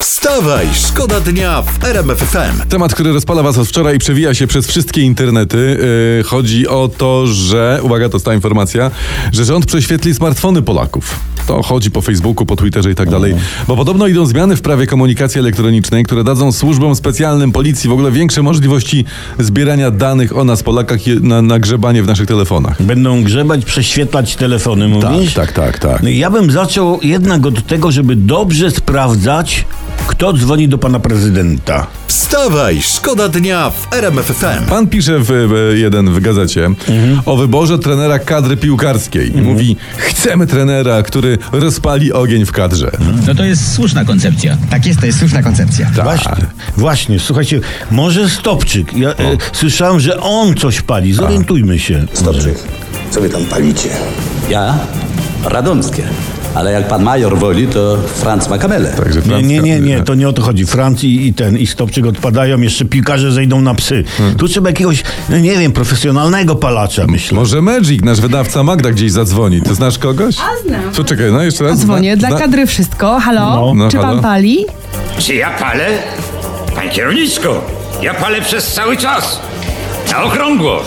Wstawaj, szkoda dnia w RMF FM. Temat, który rozpala was od wczoraj i przewija się przez wszystkie internety. Chodzi o to, że, uwaga, to jest ta informacja, że rząd prześwietli smartfony Polaków. To chodzi po Facebooku, po Twitterze i tak dalej. Bo podobno idą zmiany w prawie komunikacji elektronicznej, które dadzą służbom specjalnym, policji w ogóle większe możliwości zbierania danych o nas, Polakach, na grzebanie w naszych telefonach. Będą grzebać, prześwietlać telefony, mówisz? Tak. No ja bym zaczął jednak od tego, żeby dobrze sprawdzać, kto dzwoni do pana prezydenta. Wstawaj, szkoda dnia w RMF FM. Pan pisze w gazecie o wyborze trenera kadry piłkarskiej. I mówi, chcemy trenera, który rozpali ogień w kadrze. No to jest słuszna koncepcja. Tak jest, to jest słuszna koncepcja. Właśnie, słuchajcie, może Stopczyk. Ja słyszałem, że on coś pali. Zorientujmy się. Stopczyk, co wy tam palicie? Ja? Radomskie. Ale jak pan major woli, to Franc ma kamelę. Także Nie, to nie o to chodzi. Franc i Stopczyk odpadają, jeszcze piłkarze zejdą na psy. Tu trzeba jakiegoś, nie wiem, profesjonalnego palacza, myślę. Może Magic, nasz wydawca Magda gdzieś zadzwoni. Ty znasz kogoś? A znam. To czekaj, no jeszcze raz. Dzwonię, dla kadry wszystko. Halo? No, Czy halo? pan pali? Czy ja palę? Panie kierowniczko, ja palę przez cały czas. Na okrągło.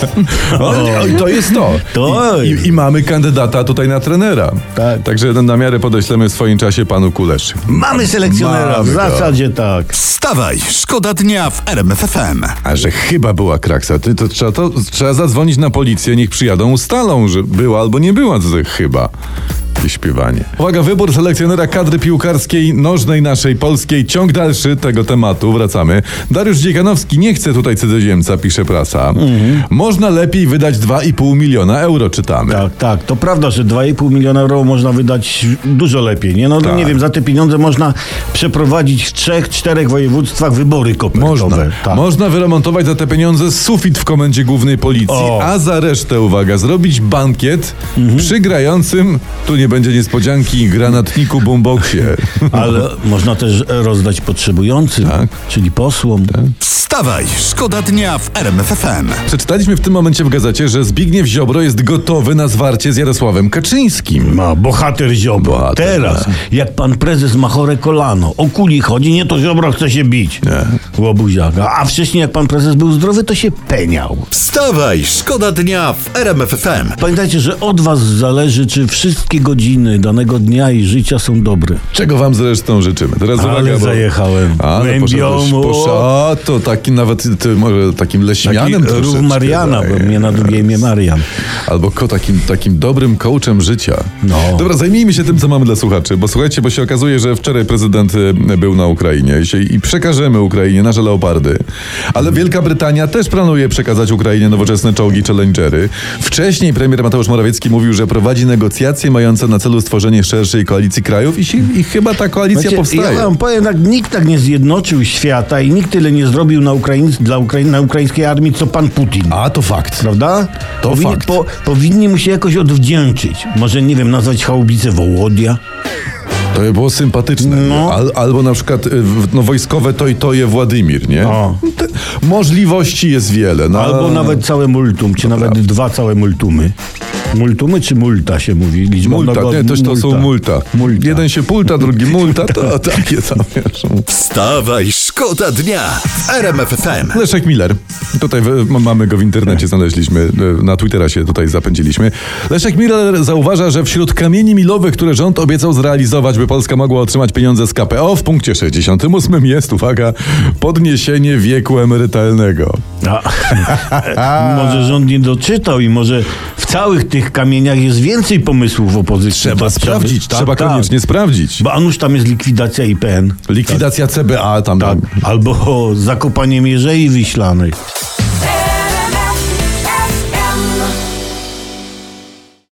To jest to. I mamy kandydata tutaj na trenera. Tak. Także na miarę podeślemy w swoim czasie panu Kulesz. Mamy selekcjonera, Mamy w go. zasadzie tak. Wstawaj, szkoda dnia w RMF FM. A że chyba była kraksa, to trzeba zadzwonić na policję, niech przyjadą, ustalą, że była albo nie była, to chyba. I śpiewanie. Uwaga, wybór selekcjonera kadry piłkarskiej nożnej naszej polskiej. Ciąg dalszy tego tematu. Wracamy. Dariusz Dziekanowski nie chce tutaj cudzoziemca, pisze prasa. Można lepiej wydać 2,5 miliona euro, czytamy. Tak. To prawda, że 2,5 miliona euro można wydać dużo lepiej, nie? No Tak. nie wiem, za te pieniądze można przeprowadzić w 3-4 województwach wybory kopertowe. Można wyremontować za te pieniądze sufit w komendzie głównej policji, a za resztę, uwaga, zrobić bankiet przy grającym, tu nie będzie niespodzianki, granatniku boomboxie. Ale można też rozdać potrzebującym, czyli posłom. Wstawaj, szkoda dnia w RMF FM. Przeczytaliśmy w tym momencie w gazecie, że Zbigniew Ziobro jest gotowy na zwarcie z Jarosławem Kaczyńskim. Bohater Ziobro. Bohater, Teraz, jak pan prezes ma chore kolano, o kuli chodzi, nie to Ziobro chce się bić. Łobuziaka. A wcześniej jak pan prezes był zdrowy, to się peniał. Wstawaj, szkoda dnia w RMF FM. Pamiętajcie, że od was zależy, czy wszystkie godziny danego dnia i życia są dobre. Czego wam zresztą życzymy. Teraz uwaga, zajechałem. To taki nawet, może takim leśmianem Taki rów Mariana, bo mnie na drugie imię Marian. Albo takim dobrym coachem życia. No. Dobra, zajmijmy się tym, co mamy dla słuchaczy, bo słuchajcie, bo się okazuje, że wczoraj prezydent był na Ukrainie i przekażemy Ukrainie nasze leopardy, ale Wielka Brytania też planuje przekazać Ukrainie nowoczesne czołgi Challengery. Wcześniej premier Mateusz Morawiecki mówił, że prowadzi negocjacje mające na celu stworzenie szerszej koalicji krajów i chyba ta koalicja powstaje. Ja wam powiem, nikt tak nie zjednoczył świata i nikt tyle nie zrobił na ukraińskiej armii, co pan Putin. A to fakt. Prawda? Fakt. Powinni mu się jakoś odwdzięczyć. Może, nie wiem, nazwać chałubicę Wołodia? To by było sympatyczne. No. Albo na przykład wojskowe Toje Władimir, nie? Możliwości jest wiele. Albo nawet całe multum, czy nawet dwa całe multumy. Multumy czy multa się mówi? Liczba multa, to są multa. Jeden się pulta, drugi multa, to takie tam wiesz. Wstawaj, szkoda dnia w RMF FM. Leszek Miller. Tutaj mamy go w internecie, znaleźliśmy. Na Twittera się tutaj zapędziliśmy. Leszek Miller zauważa, że wśród kamieni milowych, które rząd obiecał zrealizować, by Polska mogła otrzymać pieniądze z KPO, w punkcie 68 jest, uwaga, podniesienie wieku emerytalnego. Może rząd nie doczytał i może w całych tych kamieniach jest więcej pomysłów opozycji. Trzeba sprawdzić, trzeba koniecznie sprawdzić. Bo a nuż tam jest likwidacja IPN. Likwidacja CBA tam. Albo zakopanie Mierzei Wiślanych.